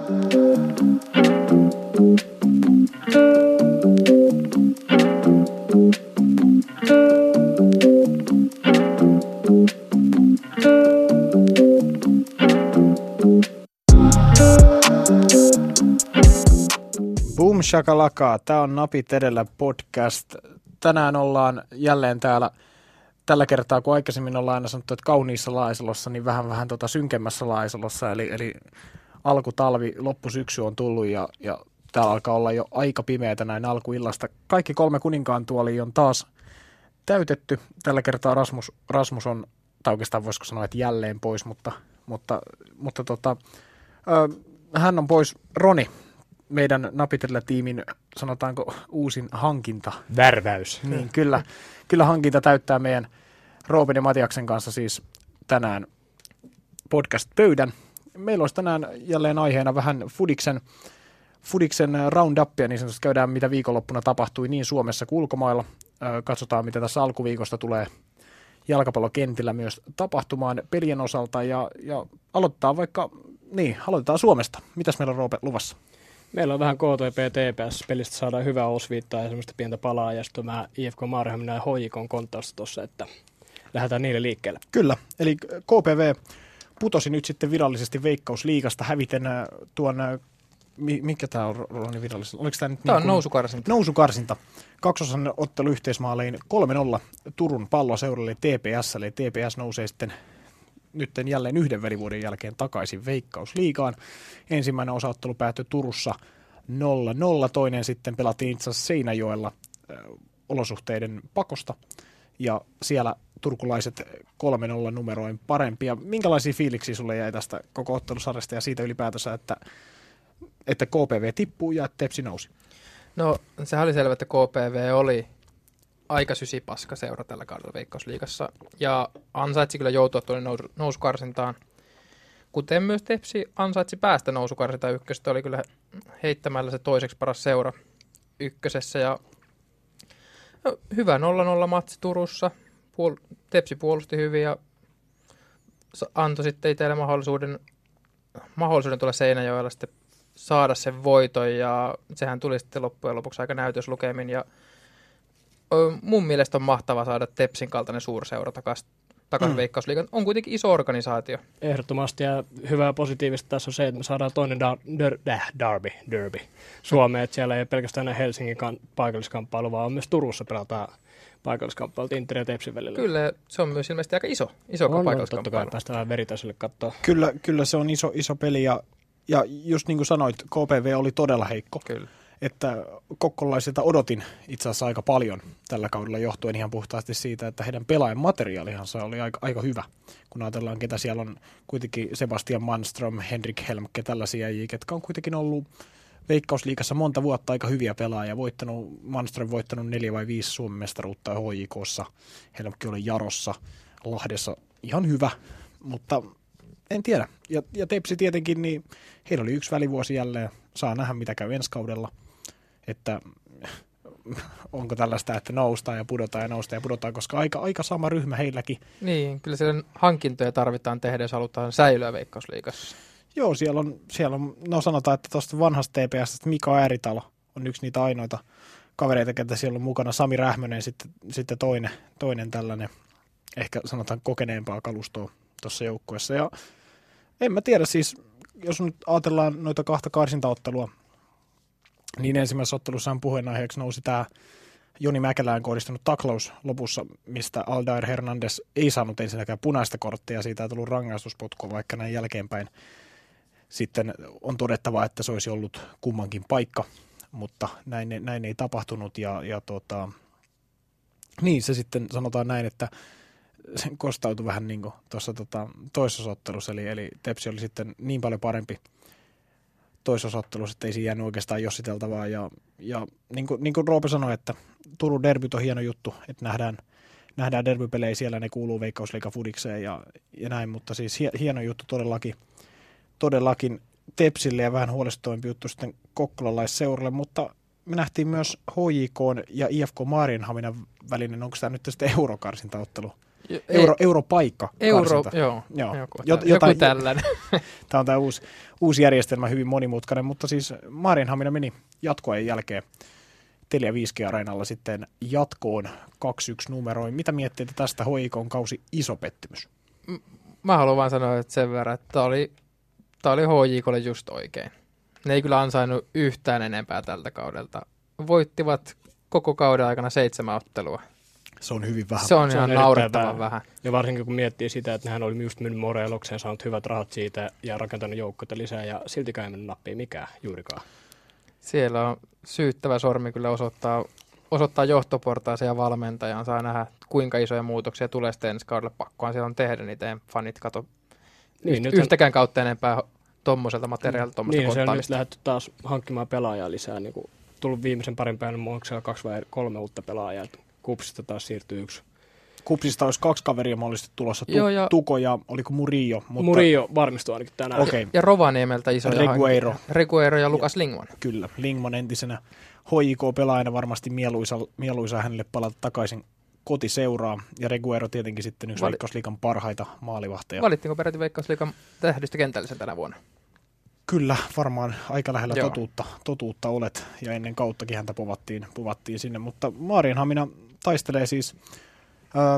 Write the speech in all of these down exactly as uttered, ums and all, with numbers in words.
Boom shakalaka, tämä on Napit edellä podcast. Tänään ollaan jälleen täällä, tällä kertaa kun aikaisemmin ollaan aina sanottu, että kauniissa Laisalossa, niin vähän vähän tota synkemmässä Laisalossa, eli, eli alkutalvi, loppusyksy on tullut ja, ja täällä alkaa olla jo aika pimeätä näin alkuillasta. Kaikki kolme kuninkaan tuolia on taas täytetty. Tällä kertaa Rasmus, Rasmus on, tai oikeastaan voisiko sanoa, että jälleen pois, mutta, mutta, mutta tota, ö, hän on pois. Roni, meidän Napitellä-tiimin, sanotaanko, uusin hankinta. Värväys. Niin, kyllä, kyllä hankinta täyttää meidän Roopen ja Matiaksen kanssa siis tänään podcast-pöydän. Meillä olisi tänään jälleen aiheena vähän Fudiksen, Fudiksen roundupia, niin sanotusti käydään, mitä viikonloppuna tapahtui niin Suomessa kuin ulkomailla. Katsotaan, mitä tässä alkuviikosta tulee jalkapallokentillä myös tapahtumaan pelien osalta. Ja, ja aloitetaan vaikka, niin, aloitetaan Suomesta. Mitäs meillä on, Roope, luvassa? Meillä on vähän K T P T P S-pelistä, saadaan hyvää osviittaa ja semmoista pientä palaa, ja sitten mä I F K Maarihamina ja H J K:n konttausta tuossa, että lähdetään niille liikkeelle. Kyllä, eli K P V putosi nyt sitten virallisesti Veikkausliigasta häviten tuon, mikä tämä on, Roni, virallisesti? Oliko tämä nyt tämä niin on nousukarsinta. Nousukarsinta. Kaksosan ottelu yhteismaalein kolme nolla Turun Palloseuralle T P S, eli T P S nousee sitten nyt jälleen yhden välivuoden jälkeen takaisin Veikkausliigaan. Ensimmäinen osaottelu päättyi Turussa nolla nolla, toinen sitten pelattiin itse asiassa Seinäjoella äh, olosuhteiden pakosta, ja siellä turkulaiset kolme nolla numeroin parempia. Minkälaisia fiiliksiä sulle jäi tästä koko ottelusarjasta ja siitä ylipäätänsä, että, että K P V tippuu ja Tepsi nousi? No, sehän oli selvä, että K P V oli aika sysipaska seura tällä kaudella Veikkausliigassa ja ansaitsi kyllä joutua tuonne nous, nousukarsintaan. Kuten myös Tepsi ansaitsi päästä nousukarsintaan ykköstä, oli kyllä heittämällä se toiseksi paras seura ykkösessä. Ja no, hyvä nolla nolla matsi Turussa. Puol- Tepsi puolusti hyvin ja antoi sitten itselle mahdollisuuden, mahdollisuuden tulla Seinäjoella sitten saada sen voiton, ja sehän tuli sitten loppujen lopuksi aika näytöslukemin. Ja mun mielestä on mahtavaa saada Tepsin kaltainen suurseura takaisin takas mm. Veikkausliigan. On kuitenkin iso organisaatio. Ehdottomasti, ja hyvää positiivista tässä on se, että me saadaan toinen dar- der- äh, derby, derby Suomeen, että siellä ei pelkästään Helsingin kan- paikalliskamppailu, vaan myös Turussa pelataan paikalliskamppailut Inter ja Tepsin välillä. Kyllä, se on myös ilmeisesti aika iso, iso on, paikalliskamppailu. Totta kai päästään veritaiselle katsoa. Kyllä, kyllä se on iso, iso peli, ja, ja just niin kuin sanoit, K P V oli todella heikko. Kyllä. Että kokkolaisilta odotin itse asiassa aika paljon tällä kaudella johtuen ihan puhtaasti siitä, että heidän pelaajan materiaalihansa oli aika, aika hyvä. Kun ajatellaan, ketä siellä on kuitenkin Sebastian Manström, Henrik Helmke, tällaisia jäjiä, ketkä on kuitenkin ollut Veikkausliigassa monta vuotta aika hyviä pelaajia. Voittanut, Manström voittanut neljä vai viisi Suomen mestaruutta H J K:ssa, Helmke oli Jarossa, Lahdessa ihan hyvä, mutta en tiedä. Ja, ja Tepsi tietenkin, niin heillä oli yksi välivuosi jälleen, saa nähdä mitä käy ensi kaudella. Että onko tällaista, että noustaan ja pudotaan ja noustaan ja pudotaan, koska aika, aika sama ryhmä heilläkin. Niin, kyllä siellä hankintoja tarvitaan tehdä, jos halutaan säilyä Veikkausliigassa. Joo, siellä on, siellä on no sanotaan, että tuosta vanhasta T P S:stä Mika Ääritalo on yksi niitä ainoita kavereita, ketä siellä on mukana. Sami Rähmönen sitten, sitten toinen, toinen tällainen, ehkä sanotaan kokeneempaa kalustoa tuossa joukkueessa. Ja en mä tiedä siis, jos nyt ajatellaan noita kahta karsintaottelua, niin ensimmäisessä ottelussahan puheenaiheeksi nousi tämä Joni Mäkelään kohdistunut taklaus lopussa, mistä Aldair Hernandez ei saanut ensinnäkään punaista korttia, siitä ei tullut rangaistuspotkua, vaikka näin jälkeenpäin sitten on todettava, että se olisi ollut kummankin paikka, mutta näin, näin ei tapahtunut, ja, ja tota, niin se sitten sanotaan näin, että se kostautui vähän niin kuin tuossa tota, toisessa ottelussa, eli, eli Tepsi oli sitten niin paljon parempi toisosottelussa, että ei siinä jäänyt oikeastaan jossiteltavaa. Ja, ja niin, kuin, niin kuin Roope sanoi, että Turun derbyt on hieno juttu, että nähdään, nähdään derbypelejä siellä, ne kuuluu Veikkausliiga Fudikseen ja, ja näin, mutta siis hieno juttu todellakin, todellakin Tepsille ja vähän huolestuttavampi juttu sitten kokkolalaisseuralle, mutta me nähtiin myös H J K:n ja I F K Maarianhaminan välinen, onko tämä nyt sitten eurokarsintaottelu? Euro, europaikka. Euro, karsinta. joo. Joo. Joku, Jot, joku jotain, tällainen. Tämä on tämä uusi, uusi järjestelmä, hyvin monimutkainen, mutta siis Maarianhamina meni jatkoajan jälkeen Telia viisi G-areenalla sitten jatkoon kaksi yksi numeroin. Mitä miettii tästä H I K:n kausi iso pettymys? Mä haluan vaan sanoa että sen verran, että tämä oli, tää oli H J K:lle just oikein. Ne ei kyllä ansainnut yhtään enempää tältä kaudelta. Voittivat koko kauden aikana seitsemän ottelua. Se on hyvin vähän. Se on Se ihan on naurettavan vähän. vähän. Ja varsinkin kun miettii sitä, että hän oli just mennyt Morelokseen, saanut hyvät rahat siitä ja rakentanut joukkoita lisää ja siltikään ei mennyt nappiin mikään juurikaan. Siellä on syyttävä sormi kyllä osoittaa, osoittaa johtoportaaseen ja valmentajan. Saa nähdä, kuinka isoja muutoksia tulee sitten ensi kaudella. Pakkohan siellä on tehdä, niin teidän fanit kato Niin, yht, yhtäkään kautta enempää tuommoiselta materiaalilta, tuommoista niin, se on nyt konttaamista. lähdetty taas hankkimaan pelaajaa lisää. Niin kuin tullut viimeisen parin päivän muodoksella kaksi vai kolme uutta pelaajaa. Kupsista taas siirtyy yksi. Kupsista olisi kaksi kaveria mahdollisesti tulossa. Tu- Joo, ja- Tuko ja oliko Murillo. Mutta Murillo varmistui ainakin tänään. Okei. Okay. Ja Rovaniemeltä isoja Regueiro. hankkeita. Regueiro ja Lukas Lingman. Kyllä, Lingman entisenä H I K-pelaajana varmasti mieluisa, mieluisa hänelle palata takaisin kotiseuraa. Ja Regueiro tietenkin sitten yksi Vali- Veikkausliigan parhaita maalivahteja. Valittiinko peräti Veikkausliigan tähdistä kentällisen tänä vuonna? Kyllä, varmaan aika lähellä Joo. totuutta, totuutta olet, ja ennen kauttakin häntä povattiin, povattiin sinne. Mutta Maarianhamina taistelee siis ähm,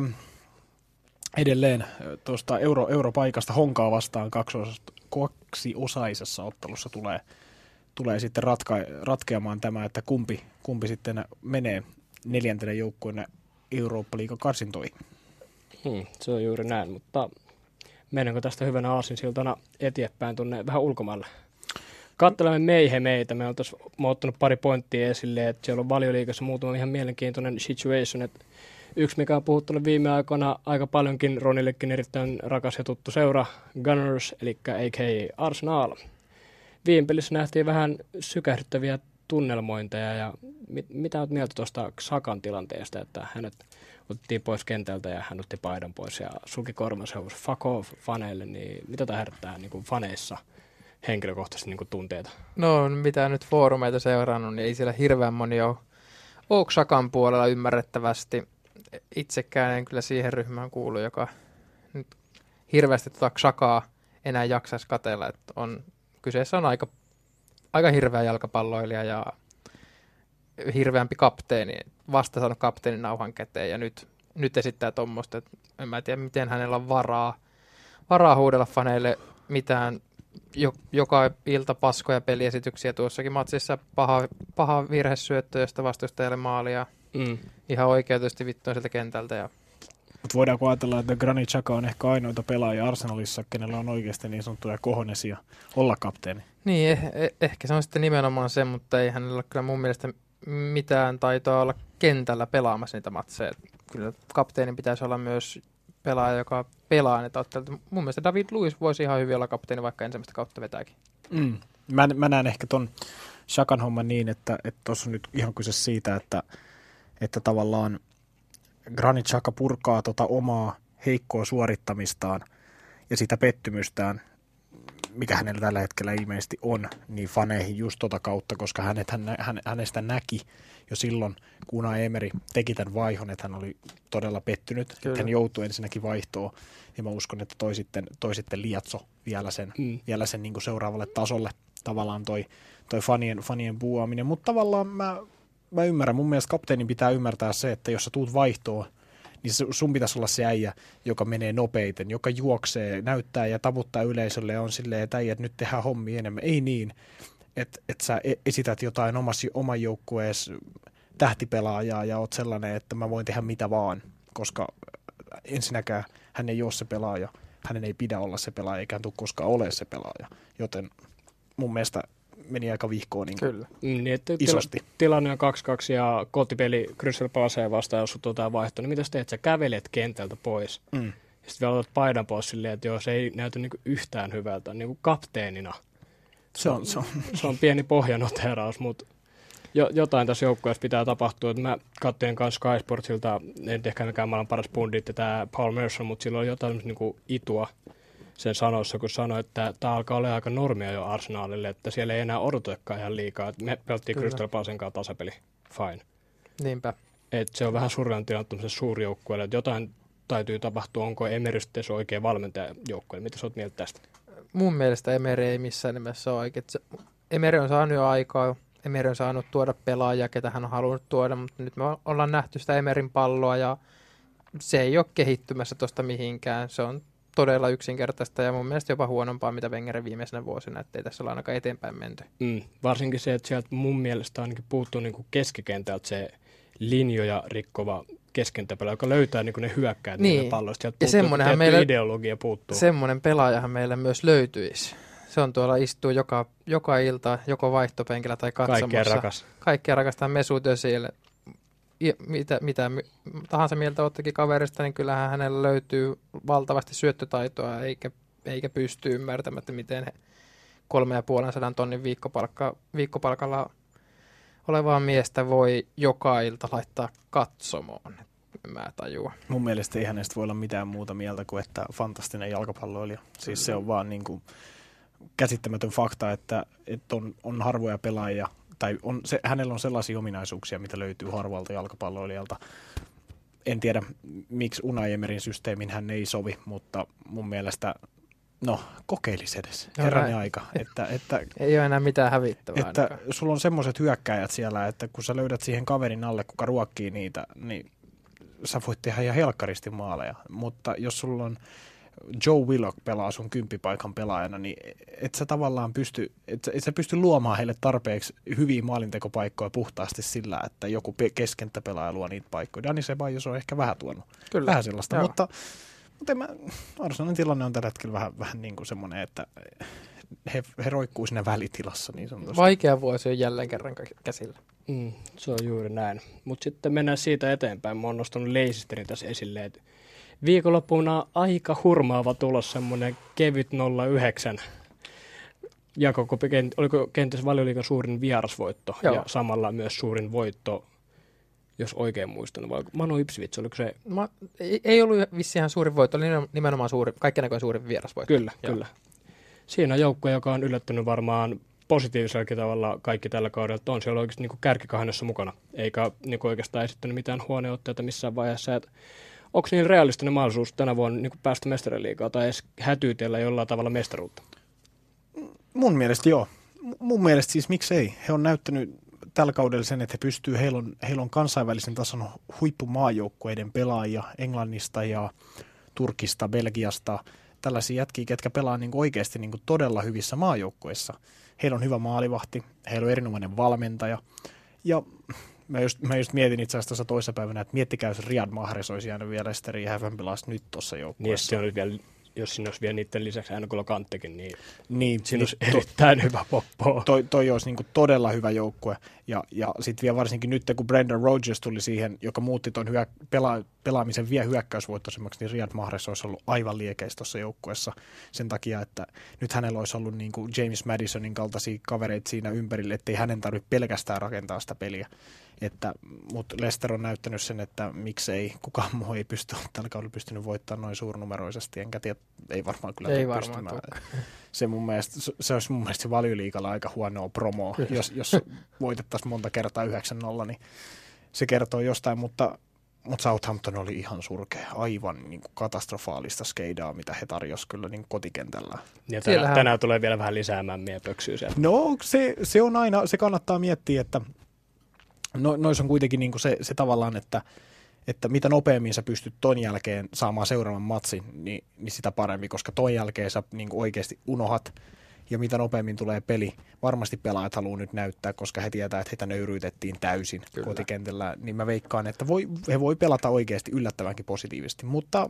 edelleen äh, tuosta euro, europaikasta Honkaa vastaan kaksiosaisessa, kaksiosaisessa ottelussa tulee, tulee sitten ratka, ratkeamaan tämä, että kumpi, kumpi sitten menee neljäntenä joukkueena Eurooppa-liigan karsintoihin. Hmm, se on juuri näin, mutta mennäänkö tästä hyvänä aasinsiltana eteenpäin tuonne vähän ulkomaille? Kattelemme meihe meitä. Me on tuossa ottanut pari pointtia esille, että siellä on Valioliigassa muutama ihan mielenkiintoinen situation. Että yksi, mikä on puhuttanut viime aikoina aika paljonkin, Ronillekin erittäin rakas ja tuttu seura, Gunners, eli a k a. Arsenal. Viime pelissä nähtiin vähän sykähdyttäviä tunnelmointeja, ja mit, mitä olet mieltä tuosta Xhakan tilanteesta, että hänet otettiin pois kentältä ja hän otti paidan pois ja sulki korvansa fuck off faneille, niin mitä tämä herättää niin kuin faneissa henkilökohtaisesti niin kuin tunteita? No, mitä nyt foorumeita seurannut, niin ei siellä hirveän moni ole, ole Xhakan puolella ymmärrettävästi. Itsekään en kyllä siihen ryhmään kuulu, joka nyt hirveästi tuota Xhakaa enää jaksaisi katsella. Että on, kyseessä on aika, aika hirveä jalkapalloilija ja hirveämpi kapteeni, vasta saanut kapteenin nauhan käteen ja nyt, nyt esittää tuommoista, että en mä tiedä miten hänellä on varaa, varaa huudella faneille mitään, jo, joka ilta paskoja peliesityksiä tuossakin matsissa, paha, paha virhesyöttö, josta vastustajalle maalia, Mm. ihan oikeutusti vittuun sieltä kentältä. Ja Mutta voidaanko ajatella, että Granit Xhaka on ehkä ainoita pelaajia Arsenalissa, kenellä on oikeasti niin sanottuja kohonesia olla kapteeni? niin, eh, eh, ehkä se on sitten nimenomaan se, mutta ei hänellä ole kyllä mun mielestä mitään taitoa olla kentällä pelaamassa niitä matseja. Kyllä kapteenin pitäisi olla myös pelaaja, joka pelaa niitä otteluita. Mun mielestä David Luiz voisi ihan hyvin olla kapteeni, vaikka ensimmäistä kautta vetääkin. Mm. Mä, mä näen ehkä ton Xhakan homman niin, että tuossa on nyt ihan kyse siitä, että, että tavallaan Granit Xhaka purkaa tota omaa heikkoa suorittamistaan ja sitä pettymystään, mikä hänellä tällä hetkellä ilmeisesti on, niin faneihin just tota kautta, koska hänet, hän, hän, hänestä näki jo silloin, kun Unai Emery teki tämän vaihon, että hän oli todella pettynyt, Kyllä. että hän joutui ensinnäkin vaihtoon, ja mä uskon, että toi sitten, toi sitten liatso vielä sen, Mm. vielä sen niin kuin seuraavalle tasolle, tavallaan toi, toi fanien, fanien buuaaminen, mutta tavallaan mä, mä ymmärrän, mun mielestä kapteenin pitää ymmärtää se, että jos sä tuut vaihtoon, niin sun pitäisi olla se äijä, joka menee nopeiten, joka juoksee, näyttää ja tavuttaa yleisölle ja on silleen, että äijät nyt tehdään hommia enemmän. Ei niin, että et sä esität jotain omassa, oman joukkueessa tähtipelaajaa ja oot sellainen, että mä voin tehdä mitä vaan, koska ensinnäkään hän ei ole se pelaaja, hänen ei pidä olla se pelaaja, eikä hän tule koskaan ole se pelaaja, joten mun mielestä meni aika vihkoon niin Kyllä. Mm, niin, että isosti. tila, tilanne on kaksi kaksi ja kotipeli Crystal Palacea vastaan, jos sut otetaan vaihtoa, niin mitä sä teet? Sä kävelet kentältä pois. Mm. Ja sitten vielä otat paidan pois silleen, että joo, se ei näytä niinku yhtään hyvältä niinku kapteenina. Se on, se on. Se on pieni pohjanoteraus, mutta jo, jotain tässä joukkueessa pitää tapahtua. Et mä katsoin kanssa Sky Sportsilta, en ehkä mikään maailman paras pundit, tämä Paul Merson, mutta sillä on jotain niinku itua sen sanoissa, kun sanoi, että tämä alkaa olla aika normia jo Arsenalille, että siellä ei enää odotetakaan ihan liikaa. Et me pelattiin Kyllä. Crystal Palacen kanssa tasapeli, fine. Niinpä. Et se on vähän surrean tilanne tuollaiselle suurjoukkueelle, että jotain täytyy tapahtua? Onko Emery sitten se oikea valmentaja joukkueelle? Mitä sä oot mieltä tästä? Mun mielestä Emery ei missään nimessä ole oikein. Emery on saanut jo aikaa. Emery on saanut tuoda pelaajia, ketä hän on halunnut tuoda, mutta nyt me ollaan nähty sitä Emeryn palloa ja se ei ole kehittymässä tuosta mihinkään. Se on todella yksinkertaista ja mun mielestä jopa huonompaa, mitä Wengerin viimeisenä vuosina, ettei tässä ole ainakaan eteenpäin menty. Mm, varsinkin se, että sieltä mun mielestä ainakin puuttuu niin kuin keskikentältä se linjoja rikkova keskentäpelaaja, joka löytää niin kuin ne hyökkäät niin. niitä palloista. Sieltä ja semmoinenhan meillä, ideologia puuttuu. Semmoinen pelaajahan meillä myös löytyisi. Se on tuolla, istuu joka, joka ilta, joko vaihtopenkillä tai katsomossa. Kaikkea rakas. Kaikkea rakastaa Mesut Özil. Mitä, mitä tahansa mieltä ottakin kaverista, niin kyllähän hänellä löytyy valtavasti syöttötaitoa, eikä, eikä pysty ymmärtämään, miten he kolme ja puolen sadan tonnin viikkopalkka, viikkopalkalla olevaa miestä voi joka ilta laittaa katsomoon. Mä tajua. Mun mielestä ei hänestä voi olla mitään muuta mieltä kuin, että fantastinen jalkapalloilija. Siis se on vaan niin kuin käsittämätön fakta, että, että on, on harvoja pelaajia, tai on se, hänellä on sellaisia ominaisuuksia, mitä löytyy harvalta jalkapalloilijalta. En tiedä, miksi Unai Emeryn systeemin hän ei sovi, mutta mun mielestä, no, kokeilisi edes. Herranen aika. Että, että, ei ole enää mitään hävittävää. Että ainakaan. Sulla on semmoiset hyökkäjät siellä, että kun sä löydät siihen kaverin alle, kuka ruokkii niitä, niin sä voit tehdä ihan helkkaristi maaleja. Mutta jos sulla on Joe Willock pelaa sun kymppipaikan pelaajana, niin et sä tavallaan pysty, et, et sä pysty luomaan heille tarpeeksi hyviä maalintekopaikkoja puhtaasti sillä, että joku keskenttäpelaaja luo niitä paikkoja. Dani Ceballos on ehkä vähän tuonut. Kyllä. Vähän sellaista, Joo. mutta, mutta mä, Arsenalin tilanne on tällä hetkellä vähän, vähän niin kuin semmoinen, että he, he roikkuu siinä välitilassa. Niin vaikea vuosi on jälleen kerran käsillä. Mm, se on juuri näin. Mutta sitten mennään siitä eteenpäin. Mä oon nostanut Leicesterin tässä esille, että viikonloppuna aika hurmaava tulos, semmoinen kevyt nolla yhdeksän. Ja koko, oliko kenties Valioliigan suurin vierasvoitto Joo. ja samalla myös suurin voitto, jos oikein muistan. Vai Manu Ipswich, oliko se? Ma, ei, ei ollut vissiin ihan suurin voitto, oli nimenomaan suuri, kaikkien näköinen suurin vierasvoitto. Kyllä, Joo. kyllä. Siinä on joukko, joka on yllättynyt varmaan positiivisellakin tavalla kaikki tällä kaudella, on siellä oikeasti niin kärkikahannessa mukana, eikä niin oikeastaan esittänyt mitään huoneotteita missään vaiheessa. Et onko niin realistinen mahdollisuus tänä vuonna niin päästä mestariliigaan tai edes hätyytellä jollain tavalla mestaruutta? Mun mielestä joo. Mun mielestä siis miksei. He on näyttänyt tällä kaudella sen, että he pystyy, heillä on, heillä on kansainvälisen tason huippumaajoukkueiden pelaajia Englannista ja Turkista, Belgiasta, tällaisia jätkiä, ketkä pelaa niin kuin oikeasti niin kuin todella hyvissä maajoukkueissa. Heillä on hyvä maalivahti, heillä on erinomainen valmentaja. Ja mä just, mä just mietin itse asiassa tuossa toisessa päivänä, että miettikää, jos Riyad Mahrez olisi jäänyt vielä Leicesterin ja Häfän pelaisi nyt tuossa joukkueessa. Niin, se on vielä, jos siinä olisi vielä niiden lisäksi N'Golo Kantekin, niin, niin siinä niin, olisi erittäin hyvä poppo. Toi, toi olisi niin kuin todella hyvä joukkue. Ja, ja sitten vielä varsinkin nyt, kun Brendan Rodgers tuli siihen, joka muutti tuon hyö, pela, pelaamisen vielä hyökkäysvoittoisemmaksi, niin Riyad Mahrez olisi ollut aivan liekeis tuossa joukkueessa sen takia, että nyt hänellä olisi ollut niin kuin James Madisonin kaltaisia kavereita siinä ympärille, ettei hänen tarvitse pelkästään rakentaa sitä peliä. Että, mutta Leicester on näyttänyt sen, että miksei kukaan muu ei pysty, tällä kaudella pystynyt voittamaan noin suurnumeroisesti, enkä tiedä, ei varmaan kyllä ei varmaan se, mun mielestä, se olisi mun mielestä se Valioliigalla aika huonoa promoa, jos, jos voitettaisiin monta kertaa yhdeksän nolla, niin se kertoo jostain, mutta, mutta Southampton oli ihan surkea, aivan niin kuin katastrofaalista skeidaa, mitä he tarjosivat kyllä niin kotikentällä. Ja tänään, tänään tulee vielä vähän lisää mämmiä pöksyä sieltä. No se, se on aina, se kannattaa miettiä, että No, noissa on kuitenkin niin kuin se, se tavallaan, että, että mitä nopeammin sä pystyt ton jälkeen saamaan seuraavan matsin, niin, niin sitä paremmin, koska ton jälkeen sä niin kuin oikeasti unohat ja mitä nopeammin tulee peli. Varmasti pelaajat haluaa nyt näyttää, koska he tietää, että heitä nöyryytettiin täysin Kyllä. kotikentällä, niin mä veikkaan, että voi, he voi pelata oikeasti yllättävänkin positiivisesti, mutta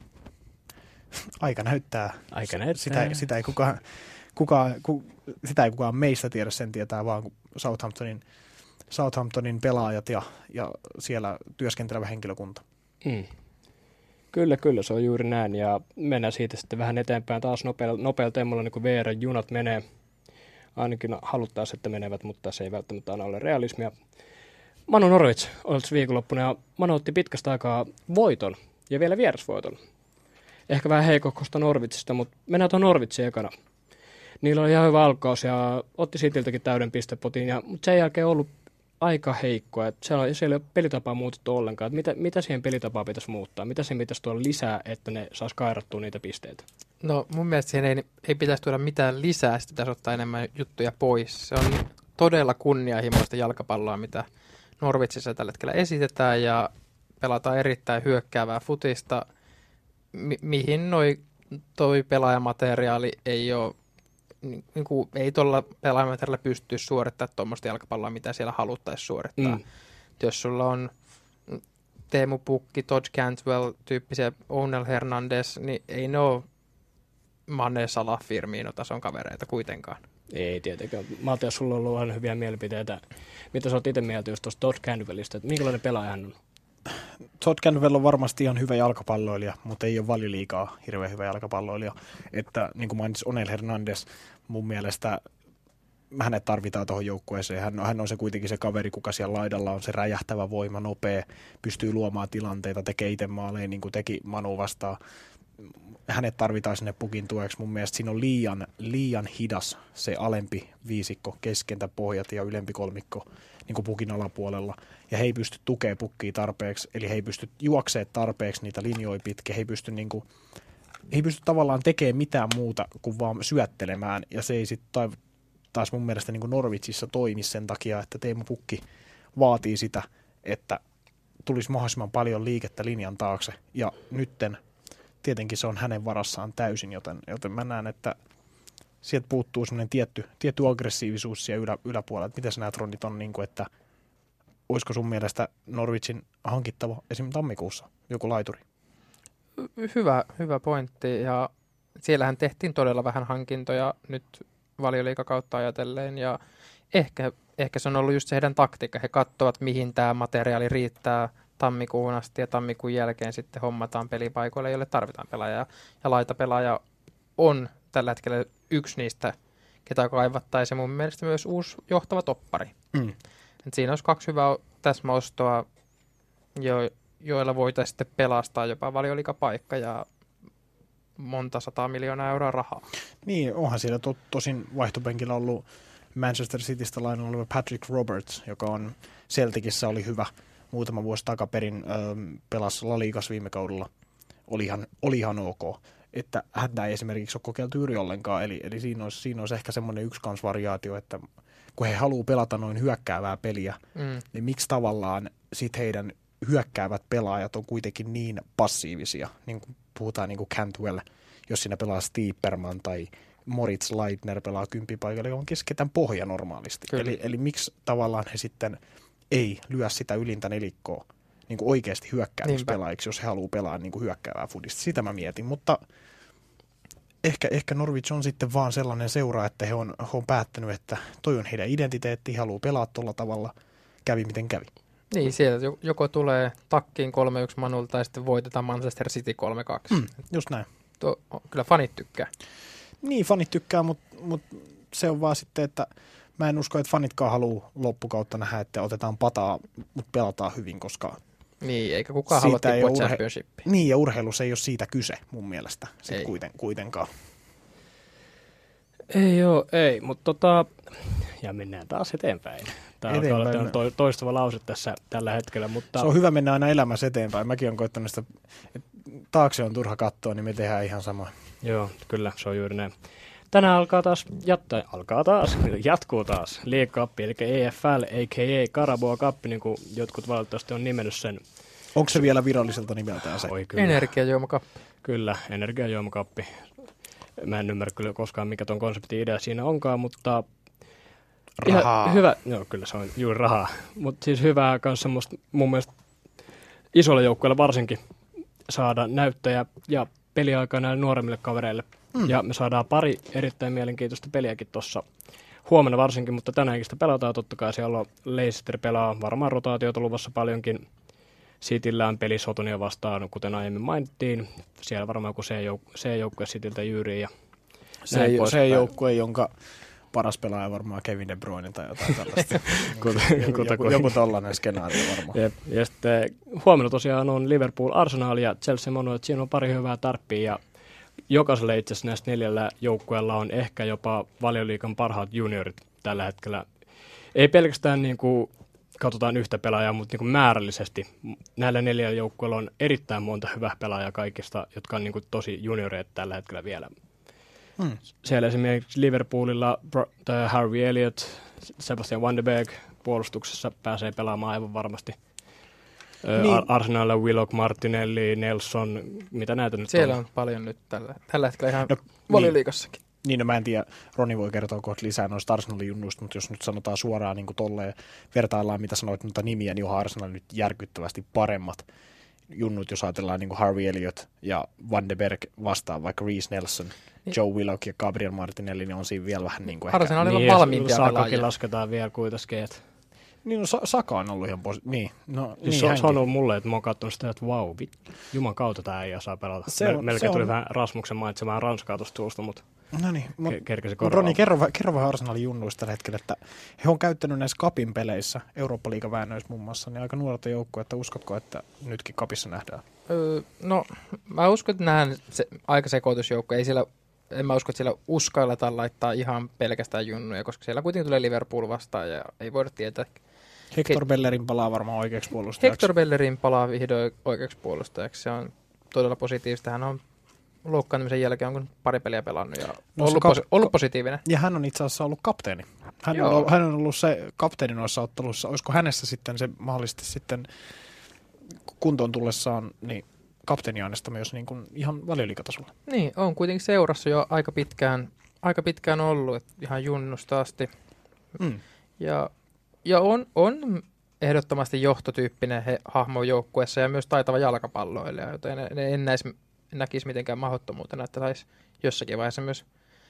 aika näyttää. Aika näyttää. Sitä, sitä, ei kukaan, kukaan, ku, sitä ei kukaan meistä tiedä, sen tietää vaan Southamptonin Southamptonin pelaajat ja, ja siellä työskentelevä henkilökunta. Mm. Kyllä, kyllä, se on juuri näin. Ja mennään siitä sitten vähän eteenpäin taas nopealla, nopealla temmolla, niin kuin V R-junat menee. Ainakin haluttaisiin, että menevät, mutta se ei välttämättä aina ole realismia. Manu Norwich olisi viikonloppuna ja Manu otti pitkästä aikaa voiton ja vielä vierasvoiton. Ehkä vähän heikokosta Norwichista, mutta mennään tuon Norwichiin ekana. Niillä oli ihan hyvä alkaus ja otti Cityltäkin täyden pistepotin, ja, mutta sen jälkeen ollut aika heikkoa. Että siellä, on, siellä ei ole pelitapaa muutettu ollenkaan. Että mitä, mitä siihen pelitapaan pitäisi muuttaa? Mitä siihen pitäisi tuoda lisää, että ne saisi kairattua niitä pisteitä? No mun mielestä siihen ei, ei pitäisi tuoda mitään lisää, sitten pitäisi ottaa enemmän juttuja pois. Se on todella kunnianhimoista jalkapalloa, mitä Norwichissa tällä hetkellä esitetään ja pelataan erittäin hyökkäävää futista, mi- mihin noi, toi pelaajamateriaali ei ole, niin, niin kuin, ei tuolla pelaajamateriaalilla pysty suorittamaan tuommoista jalkapalloa, mitä siellä haluttaisiin suorittaa. Mm. Jos sulla on Teemu Pukki, Todd Cantwell tyyppisiä, Onel Hernandez, niin ei ne ole Mane, Salah, Firmino-tason kavereita kuitenkaan. Ei tietenkään. Matias, sulla on ollut aina hyviä mielipiteitä. Mitä sä oot itse mieltä just tuosta Todd Cantwellista, että minkälainen pelaaja hän on? Todd Cantwell on varmasti ihan hyvä jalkapalloilija, mutta ei ole Valioliigaa hirveän hyvä jalkapalloilija. Että niin kuin mainitsin Onel Hernandez, mun mielestä hänet tarvitaan tuohon joukkueeseen. Hän on, hän on se kuitenkin se kaveri, kuka siellä laidalla on se räjähtävä voima, nopea, pystyy luomaan tilanteita, tekee itse maaleja niin kuin teki Manu vastaan. Hänet tarvitaan sinne pukin tueksi. Mun mielestä siinä on liian, liian hidas se alempi viisikko, keskentä, pohjat ja ylempi kolmikko niin kuin pukin alapuolella. Ja he ei pysty tukemaan pukkia tarpeeksi, eli he ei pysty juoksemaan tarpeeksi niitä linjoja pitkin. He ei pysty, niin kuin, he ei pysty tavallaan tekemään mitään muuta kuin vaan syöttelemään. Ja se ei sitten taas mun mielestä niin kuin Norwichissa toimi sen takia, että Teemu Pukki vaatii sitä, että tulisi mahdollisimman paljon liikettä linjan taakse. Ja nytten tietenkin se on hänen varassaan täysin, joten, joten mä näen, että sieltä puuttuu semmoinen tietty, tietty aggressiivisuus siellä ylä, yläpuolella. Että miten sä näet, Ronni, ton, niin kuin, että olisiko sun mielestä Norwichin hankittava esimerkiksi tammikuussa joku laituri? Hyvä, hyvä pointti. Ja siellähän tehtiin todella vähän hankintoja nyt Valioliigakautta ajatellen. Ja ehkä, ehkä se on ollut just se heidän taktiikka. He katsovat, mihin tämä materiaali riittää tammikuun asti ja tammikuun jälkeen sitten hommataan pelipaikoille, joille tarvitaan pelaajaa. Ja laitapelaaja on tällä hetkellä yksi niistä, ketä kaivattaisiin mun mielestä myös uusi johtava toppari. Mm. Et siinä olisi kaksi hyvää täsmäostoa, jo, joilla voitaisiin sitten pelastaa jopa Valioliigapaikka ja monta sataa miljoonaa euroa rahaa. Niin, onhan siellä to, tosin vaihtopenkillä ollut Manchester Citystä lainalla oleva Patrick Roberts, joka on Celticissa oli hyvä muutama vuosi takaperin, ö, pelasi La Ligas viime kaudella, oli ihan, oli ihan ok. Että häntä ei esimerkiksi ole kokeiltu juuri ollenkaan, eli, eli siinä, olisi, siinä olisi ehkä semmoinen yksi kans variaatio, että kun he haluaa pelata noin hyökkäävää peliä, mm. niin miksi tavallaan sit heidän hyökkäävät pelaajat on kuitenkin niin passiivisia, niin kuin puhutaan niin kuin Cantwell, jos siinä pelaa Stieperman tai Moritz Leitner pelaa kymppipaikalle, on kesketän pohja normaalisti. Eli, eli miksi tavallaan he sitten ei lyö sitä ylintä nelikkoa niin kuin oikeasti hyökkääviksi pelaajiksi, jos he haluaa pelaa niin kuin hyökkäävää fudista. Sitä mä mietin, mutta ehkä, ehkä Norwich on sitten vaan sellainen seura, että he on, he on päättänyt, että toi on heidän identiteetti, he haluaa pelaa tuolla tavalla, kävi miten kävi. Niin, sieltä joko tulee takkiin kolme yksi Manulta tai sitten voitetaan Manchester City kolme kaksi. Mm, just näin. Tuo, kyllä fanit tykkää. Niin, fanit tykkää, mutta mut se on vaan sitten, että mä en usko, että fanitkaan haluaa loppukautta nähdä, että otetaan pataa, mutta pelataan hyvin, koska niin, eikä kukaan halua tippua urhe- championshipia. Niin, ja urheilussa ei ole siitä kyse mun mielestä sit kuiten, kuitenkaan. Ei joo, ei, mutta tota, ja mennään taas eteenpäin. Tämä eteenpäin. On to, toistava lause tässä tällä hetkellä, mutta... Se on hyvä mennä aina elämässä eteenpäin. Mäkin olen koittanut sitä, että taakse on turha katsoa, niin me tehdään ihan samaa. Joo, kyllä, se on juuri näin. Tänään alkaa taas, jatta, alkaa taas, jatkuu taas League Cup, eli E F L, a k a. Carabao Cup, niin kuin jotkut valitettavasti on nimennyt sen. Onko se vielä viralliselta nimeltään se? Oi, kyllä. Energiajuomakappi. Kyllä, energiajuomakappi. Mä en ymmärrä kyllä koskaan, mikä ton konseptin idea siinä onkaan, mutta... Rahaa. Hyvä, joo, kyllä se on juuri rahaa. Mutta siis hyvää myös semmoista mun mielestä isolle joukkueelle varsinkin saada näyttäjä ja peliaikaa näille nuoremmille kavereille. Mm. Ja me saadaan pari erittäin mielenkiintoista peliäkin tuossa huomenna varsinkin, mutta tänäänkin sitä pelataan totta kai. Siellä on Leicester pelaa, varmaan rotaatiota luvassa paljonkin. Cityllä on peli Sotonia vastaan, kuten aiemmin mainittiin. Siellä varmaan joku C-joukkue Cityltä jyyriin. Ja C-joukkue, jonka paras pelaaja varmaan Kevin De Bruyne tai jotain tällaista. joku joku, joku tollainen skenaario varmaan. Jep. Ja sitten huomenna tosiaan on Liverpool, Arsenal ja Chelsea Mono, että siinä on pari hyvää tarppia. Ja jokaisella itse asiassa näistä neljällä joukkueella on ehkä jopa Valioliigan parhaat juniorit tällä hetkellä. Ei pelkästään niin kuin katsotaan yhtä pelaajaa, mutta niin kuin määrällisesti näillä neljällä joukkueella on erittäin monta hyvää pelaajaa kaikista, jotka on niin kuin tosi junioreita tällä hetkellä vielä. Hmm. Siellä esimerkiksi Liverpoolilla Harvey Elliott, Sebastian Vandenberg puolustuksessa pääsee pelaamaan aivan varmasti. Niin. Arsenalilla Willock, Martinelli, Nelson, mitä näitä nyt siellä on? on paljon nyt tällä, tällä hetkellä ihan no, Valioliigassakin. Niin, niin no mä en tiedä, Roni voi kertoa kohta lisää noista Arsenalin junnuista, mutta jos nyt sanotaan suoraan niin kuin tolleen, vertaillaan mitä sanoit noita nimiä, niin on Arsenal nyt järkyttävästi paremmat junnut, jos ajatellaan niin kuin Harvey Elliott ja Van de Berg vastaan, vaikka Reece Nelson, niin. Joe Willock ja Gabriel Martinelli, niin on siinä vielä vähän niin kuin Arsenalilla niin, on valmiimpia pelaajia. pelaajia. Lasketaan vielä kuitenkin, että niin, no Saka on ollut ihan posi... Niin, no, siis niin se, hänkin. se on ollut mulle, että mä oon katsonut sitä, että vau, vit, juman kautta tää ei saa pelata. Se on, Melkein se tuli on. vähän Rasmuksen mainitsemaan Ranskaa tuosta suusta, mutta no niin, mut, ke- kerkesi mut korvaamaan. Roni, kerro, kerro vähän Arsenalin junnuista tällä hetkellä, että he on käyttänyt näissä Cupin peleissä, Eurooppa-liigaväännöissä muun muassa, niin aika nuorta joukkoa, että uskotko, että nytkin Cupissa nähdään? Öö, no, mä uskon, että nähdään se, aika sekoitusjoukko. Ei siellä, en mä usko, että siellä uskalleta laittaa ihan pelkästään junnuja, koska siellä kuitenkin tulee Liverpool vastaan ja ei voida tietää. Hector He- Bellerin palaa varmaan oikeaksi puolustajaksi. Hector Bellerin palaa vihdoin oikeaksi puolustajaksi. Se on todella positiivista. Hän on loukkaantumisen jälkeen on pari peliä pelannut ja No, ollut, kap- posi- ollut positiivinen. Ja hän on itse asiassa ollut kapteeni. Hän on, Joo. ollut, hän on ollut se kapteeni noissa otteluissa. Olisiko hänessä sitten se mahdollisesti sitten kuntoon tullessaan niin kapteeniaineesta myös niin kuin ihan valioliigatasolla? Niin, on kuitenkin seurassa jo aika pitkään, aika pitkään ollut, että ihan junnusta asti. Mm. Ja, ja on, on ehdottomasti johtotyyppinen he, hahmo joukkueessa ja myös taitava jalkapalloilija, joten en, en näis, näkisi mitenkään mahdottomuutena, että saisi jossakin vaiheessa myös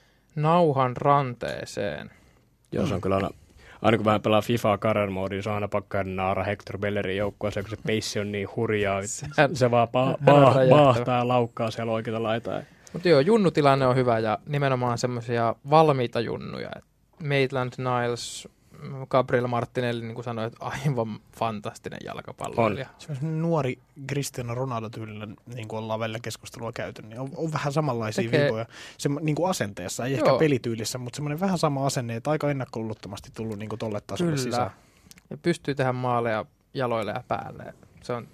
nauhan ranteeseen. Joo, se on kyllä aina, aina kun vähän pelaa FIFA Career Modea, se on aina pakko käydä naara Hector Bellerin joukkueeseen, kun se peissi on niin hurjaa. Hän- se vaan ba- hän on ba- räjähtävä. baahtaa ja laukkaa siellä oikeita laitaa. Mutta joo, junnutilanne on hyvä ja nimenomaan semmoisia valmiita junnuja. Maitland Niles, Gabriel Martinelli, niin kuin sanoit, aivan fantastinen jalkapalloilija. Se on nuori Cristiano Ronaldo-tyylinen, niin kuin ollaan välillä keskustelua käyty, niin on, on vähän samanlaisia Tekee- viivoja. Se, niin kuin asenteessa, ei ehkä Joo. pelityylissä, mutta semmoinen vähän sama asenne, että aika ennakkoluulottomasti tullut niin kuin tolle tasolle Kyllä. sisään. Ja pystyy tehdä maaleja jaloille ja päälle. Se on,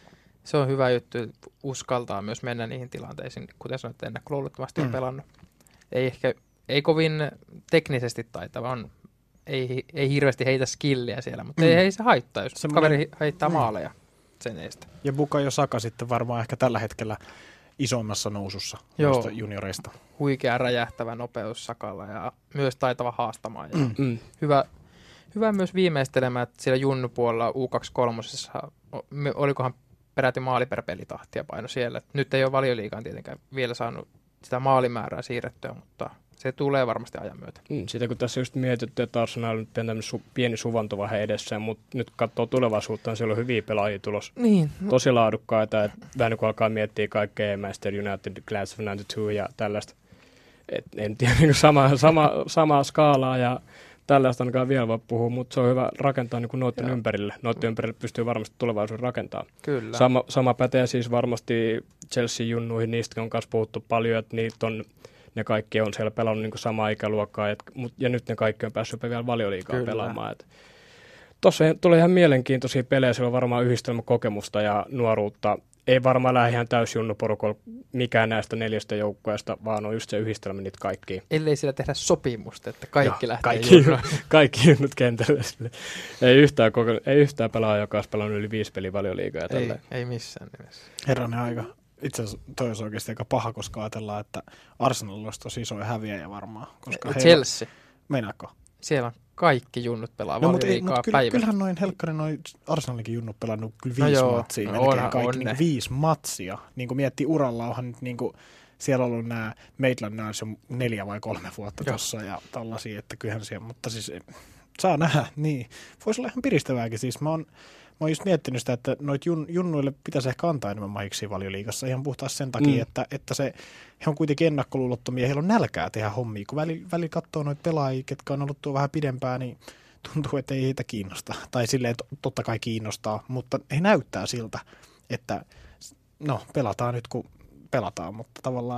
se on hyvä juttu, uskaltaa myös mennä niihin tilanteisiin, kuten sanoit, ennakkoluulottomasti on Mm. pelannut. Ei ehkä, ei kovin teknisesti taitava, on, ei, ei hirveästi heitä skilliä siellä, mutta Mm. ei, ei se haittaa, jos Semmoinen- kaveri heittää Mm. maaleja sen eestä. Ja Bukayo Saka sitten varmaan ehkä tällä hetkellä isoimmassa nousussa Joo. noista junioreista. Huikea räjähtävä nopeus Sakalla ja myös taitava haastamaan. Ja Mm. Mm. hyvä, hyvä myös viimeistelemään, että siellä junnupuolella U kaksikymmentäkolme, o- me- olikohan peräti maali per pelitahtia paino siellä. Nyt ei ole Valioliigaan tietenkään vielä saanut sitä maalimäärää siirrettyä, mutta se tulee varmasti ajan myötä. Mm, sitä kun tässä just mietitty, että Arsenal nyt on tämmöinen su- pieni suvantuvaihe edessään, mutta nyt katsoo tulevaisuutta, niin siellä on hyviä pelaajia tulos. Niin, no, Tosi laadukkaita, että vähän niin kuin alkaa miettiä kaikkea Manchester United, Class of yhdeksänkymmentäkaksi ja tällaista. Et en tiedä, niin kuin sama, sama, samaa skaalaa ja tällaista ainakaan vielä voi puhua, mutta se on hyvä rakentaa niin kuin noiden Joo. ympärille. Noiden ympärille pystyy varmasti tulevaisuuden rakentaa. kyllä. Sama, sama pätee siis varmasti Chelsea-junnuihin, niistä on myös puhuttu paljon, että niitä on, ne kaikki on siellä pelannut niin kuin samaa ikäluokkaa, et, mut, ja nyt ne kaikki on päässyt vielä Valioliigaan Kyllä. pelaamaan. Et, tossa tulee ihan mielenkiintoisia pelejä, siellä on varmaan yhdistelmäkokemusta ja nuoruutta. Ei varmaan lähde ihan täysjunnuporukolla mikään näistä neljästä joukkueesta, vaan on just se yhdistelmä niitä kaikkia. Ellei siellä tehdä sopimusta, että kaikki Joo, lähtee kaikki, junnuun. kaikki junnut kentälle. Sille. Ei yhtään, koko, ei yhtään pelaa, joka olisi pelannut yli viisi peliä Valioliigaa ja ei, tälleen. ei missään nimessä. Herranen aika. Itse asiassa toi olisi oikeasti aika paha, koska ajatellaan, että Arsenal olisi tosi isoja häviäjä varmaan. Koska heillä- Chelsea, Meinaatko? siellä on kaikki junnut pelaa No, mutta, ei, Valioliigaa mutta kyllä, päivässä. kyllähän noin helkkarin noin Arsenalikin junnut pelannut kyllä No viisi joo, matsia, no melkein onhan- kaikki on niin ne. viisi matsia. Niin kuin miettii uralla, onhan nyt niin kuin, siellä on ollut nämä Maitland Niles jo neljä vai kolme vuotta Joo. tuossa ja tällaisia, että kyllähän siellä, mutta siis saa nähdä, niin. Voisi olla ihan piristävääkin, siis mä oon, mä oon just miettinyt sitä, että noit jun, junnuille pitäisi ehkä antaa enemmän mahiksi Valioliigassa ihan puhtaasti sen takia, Mm. että, että se, he on kuitenkin ennakkoluulottomia ja heillä on nälkää tehdä hommia, kun väli, väli katsoo noita pelaajia, ketkä on ollut tuo vähän pidempään, niin tuntuu, että ei heitä kiinnosta. Tai silleen, että totta kai kiinnostaa, mutta he näyttää siltä, että no pelataan nyt kun pelataan, mutta tavallaan, että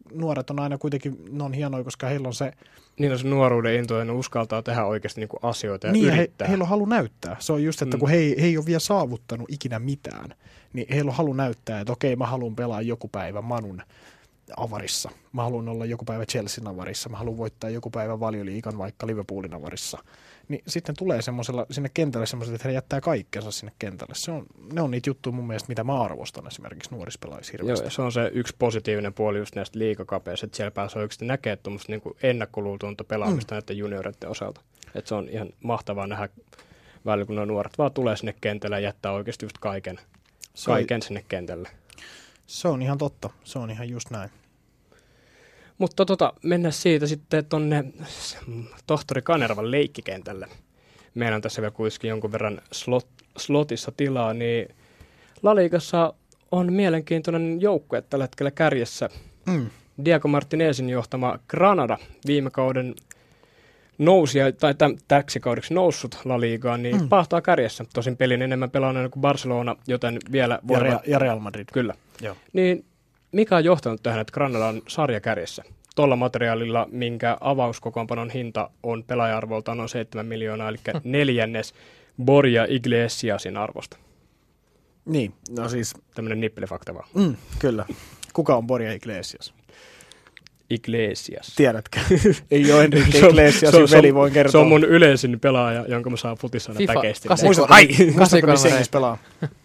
nuoret on aina kuitenkin, ne on hienoja, koska heillä on se... Niin on se nuoruuden into, ja ne uskaltaa tehdä oikeasti niinku asioita ja niin, yrittää. He, heillä on halu näyttää. Se on just, että mm. kun he, he ei ole vielä saavuttanut ikinä mitään, niin heillä on halu näyttää, että okei, mä haluan pelaa joku päivä Manun avarissa. Mä haluan olla joku päivä Chelsean avarissa. Mä haluan voittaa joku päivä Valioliigan vaikka Liverpoolin avarissa. Niin sitten tulee semmoisella sinne kentälle semmoiset, että he jättää kaikkensa sinne kentälle. Se on, ne on niitä juttuja mun mielestä, mitä mä arvostan esimerkiksi nuorissa pelaajissa hirveästi. Joo, ja se on se yksi positiivinen puoli just näistä liigakapeista, että siellä pääsee oikeasti näkemään tuommoista niin ennakkoluultunutta pelaamista mm. näiden junioreiden osalta. Että se on ihan mahtavaa nähdä välillä, kun nuo nuoret vaan tulee sinne kentälle ja jättää oikeasti just kaiken, kaiken sinne kentälle. Se on ihan totta. Se on ihan just näin. Mutta tota, mennään siitä sitten tuonne tohtori Kanervan leikkikentälle. Meillä on tässä vielä kuitenkin jonkun verran slot, slotissa tilaa, niin La Ligassa on mielenkiintoinen joukkue tällä hetkellä kärjessä. Mm. Diego Martinezin johtama Granada viime kauden nousi, tai täm, täksi kaudeksi noussut La Ligaan, niin mm. pahtaa kärjessä. Tosin pelin enemmän pelaanut kuin Barcelona, joten vielä... Ja, Real, ja Real Madrid. Kyllä. Joo. Niin mikä on johtanut tähän, että Granada on sarjakärjessä? Tuolla materiaalilla, minkä avauskokoonpanon hinta on pelaaja-arvoltaan noin seitsemän miljoonaa, eli neljännes Borja Iglesiasin arvosta. Niin, no siis... Tämmöinen nippelifakta vaan. Mm, kyllä. Kuka on Borja Iglesias? Iglesias. Tiedätkö? Ei ole Enrique Iglesiasin veli, voin kertoa. Se on mun yleisin pelaaja, jonka mä saan futissa aina päkeästi. Muistatko, ai, muistatko missä Englissä pelaa?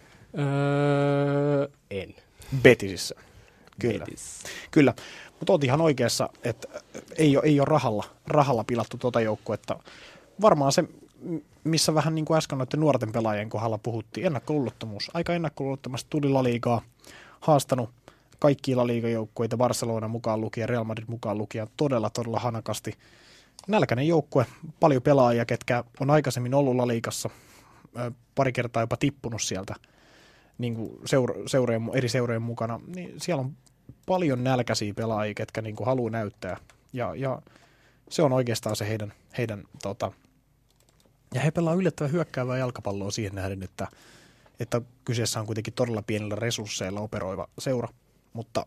Öö, en. Betisissä. Kyllä. Betis. Kyllä. Mutta oot ihan oikeassa, että ei ole, ei ole rahalla, rahalla pilattu tuota joukkuetta. Varmaan se, missä vähän niin kuin äsken noiden nuorten pelaajien kohdalla puhuttiin, ennakkoluulottomuus. Aika ennakkoluulottomasti tuli La Ligaa, haastanut kaikkia La Liga-joukkueita, Barcelona mukaan lukien, Real Madrid mukaan lukien, todella, todella hanakasti. Nälkäinen joukkue, paljon pelaajia, ketkä on aikaisemmin ollut La Ligassa, pari kertaa jopa tippunut sieltä niin kuin seura- seurojen, eri seurojen mukana, niin siellä on paljon nälkäisiä pelaajia, ketkä niin kuin haluaa näyttää. Ja, ja se on oikeastaan se heidän... heidän tota, ja he pelaa yllättävän hyökkäävää jalkapalloa siihen nähden, että, että kyseessä on kuitenkin todella pienillä resursseilla operoiva seura. Mutta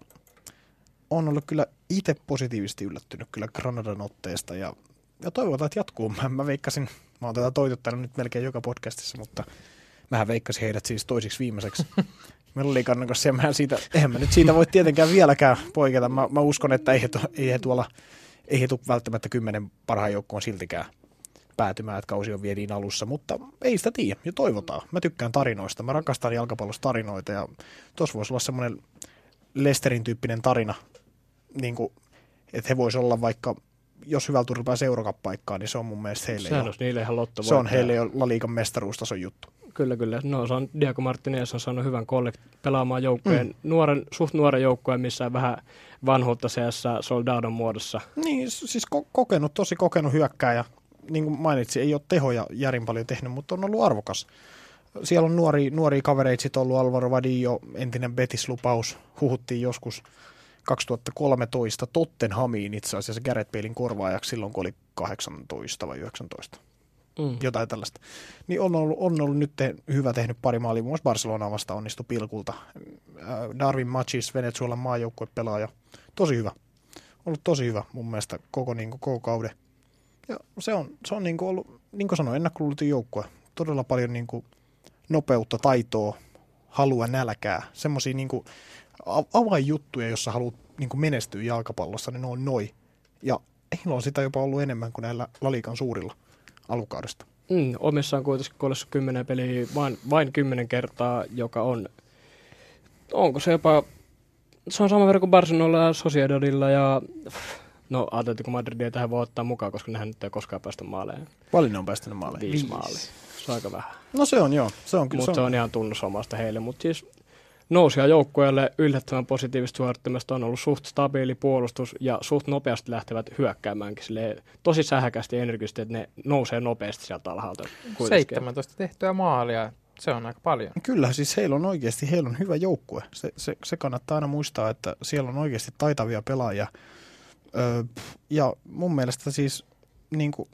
on ollut kyllä itse positiivisesti yllättynyt kyllä Granadan otteesta ja, ja toivotaan, että jatkuu. Mä, mä veikkasin, mä oon tätä toitottanut nyt melkein joka podcastissa, mutta mähän veikkasin heidät siis toisiksi viimeiseksi. Meillä oli kannakas, mä siitä, eihän mä nyt siitä voi tietenkään vieläkään poiketa. Mä, mä uskon, että ei he, ei he tuolla, ei he tule välttämättä kymmenen parhaan joukkoon siltikään päätymään, että kausi on vietiin alussa, mutta ei sitä tiedä ja toivotaan. Mä tykkään tarinoista, mä rakastan jalkapallossa tarinoita ja tuossa voisi olla semmoinen Leicesterin tyyppinen tarina, niin kuin, että he voisi olla vaikka, jos hyvältä turvaa seurakapaikkaa, niin se on mun mielestä heille Sehän jo, niille ihan lotto se on heille jo La Ligan mestaruustason juttu. Kyllä, kyllä. No, se on, Diego Martinez on saanut hyvän kollekt pelaamaan joukkueen, mm. nuoren, suht nuoren joukkueen, missä vähän vanhuutta seassa Soldadon muodossa. Niin, siis ko- kokenut, tosi kokenut hyökkääjä. Niin kuin mainitsin, ei ole tehoja järin paljon tehnyt, mutta on ollut arvokas. Siellä on nuoria, nuoria kavereita, sitten ollut Alvaro Vadillo, entinen Betis-lupaus, huhuttiin joskus kaksituhattakolmetoista Tottenhamiin itse asiassa Gareth Balein korvaajaksi silloin, kun oli kahdeksantoista vai yhdeksäntoista. Mm. Jotain tällaista. Niin on ollut, on ollut nyt te, hyvä tehnyt pari maalia, muun muassa Barcelonaa vasta onnistui pilkulta. Darwin Machis, Venezuelan maajoukkuepelaaja. Tosi hyvä. Ollut tosi hyvä mun mielestä koko, niin kuin, koko kauden. Ja se on, se on niin kuin ollut, niin kuin sanoin, ennakkoluulotin joukkue. Todella paljon niin kuin nopeutta, taitoa, halua, nälkää. Semmoisia niin kuin avainjuttuja, jossa haluat niin kuin menestyä jalkapallossa, niin ne on noi. Ja heillä on sitä jopa ollut enemmän kuin näillä La Ligan suurilla alukaudesta. Mm, omissa on kuitenkin kuolessa kymmenen peliä vain, vain kymmenen kertaa, joka on, onko se jopa, se on sama verran kuin Barcelonalla ja Sociedadilla ja no Atletico Madridia tähän voi ottaa mukaan, koska nehän nyt ei koskaan päästä maaleen. Paljon ne on päästänyt maaleen? Viisi, Viisi. maalia. Se on aika vähän. No se on joo. Se on kyllä. Mutta se, se on ihan tunnusomasta heille, mutta siis nousia joukkueelle yllättävän positiivista suorittamista on ollut suht stabiili puolustus ja suht nopeasti lähtevät hyökkäämäänkin silleen, tosi sähäkästi ja energistä, että ne nousee nopeasti sieltä alhaalta. seitsemäntoista tehtyä maalia, se on aika paljon. Kyllä, siis heillä on oikeasti, heillä on hyvä joukkue. Se, se, se kannattaa aina muistaa, että siellä on oikeasti taitavia pelaajia. Öö, ja mun mielestä siis niin kuin,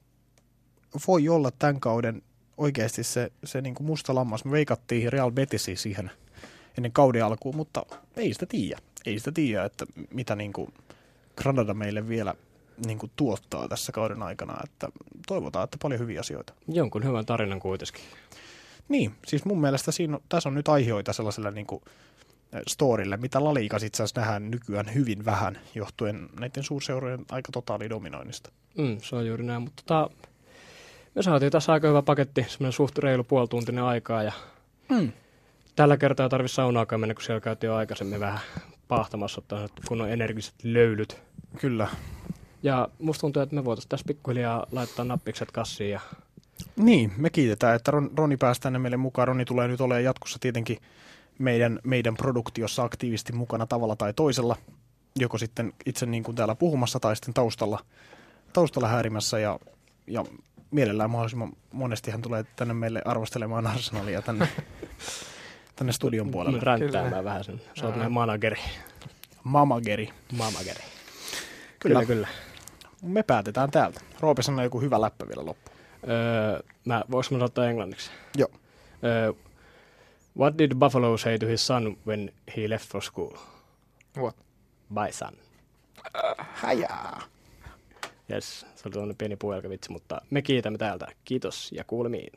voi olla tämän kauden oikeasti se, se niin kuin musta lammas. Me veikattiin Real Betisiin siihen ennen kauden alkuun, mutta ei sitä tiedä. Ei sitä tiedä, että mitä, niin kuin, Granada meille vielä niin kuin tuottaa tässä kauden aikana, että toivotaan, että paljon hyviä asioita. Jonkun hyvän tarinan kuitenkin. Niin, siis mun mielestä siinä on, tässä on nyt aiheita sellaiselle niin kuin storille, mitä La Ligas itse asiassa nähdään nykyään hyvin vähän, johtuen näiden suurseurojen aika totaalidominoinnista. Mm, se on juuri näin, mutta tota, me saatiin tässä aika hyvä paketti, semmoinen suht reilu puolituntinen aikaa, ja mm. tällä kertaa ei tarvitse saunaakaan mennä, kun siellä käytiin jo aikaisemmin vähän paahtamassa, ottaa kun on energiset löylyt. Kyllä. Ja musta tuntuu, että me voitaisiin tässä pikkuhiljaa laittaa nappikset kassiin. Ja... Niin, me kiitetään, että Ron, Roni pääsi tänne meille mukaan. Roni tulee nyt olemaan jatkossa tietenkin meidän, meidän produktiossa aktiivisesti mukana tavalla tai toisella. Joko sitten itse niin kuin täällä puhumassa tai sitten taustalla, taustalla häärimässä. Ja, ja mielellään mahdollisimman monesti hän tulee tänne meille arvostelemaan Arsenalia tänne, tänne studion puolelle. Ränttäämään vähän sen. Se on meidän manageri. Mamageri. Mamageri. Kyllä, kyllä, kyllä. Me päätetään täältä. Roope sanoi joku hyvä läppä vielä loppuun. Öö, mä, voinko mä ottaa englanniksi? Joo. Öö, what did Buffalo say to his son when he left for school? What? Bye, son. Uh, häjää. Yes, se oli tuollainen pieni puujalkavitsi, mutta me kiitämme täältä. Kiitos ja kuulemiin.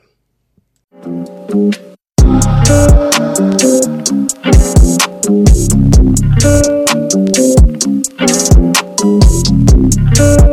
Thank you.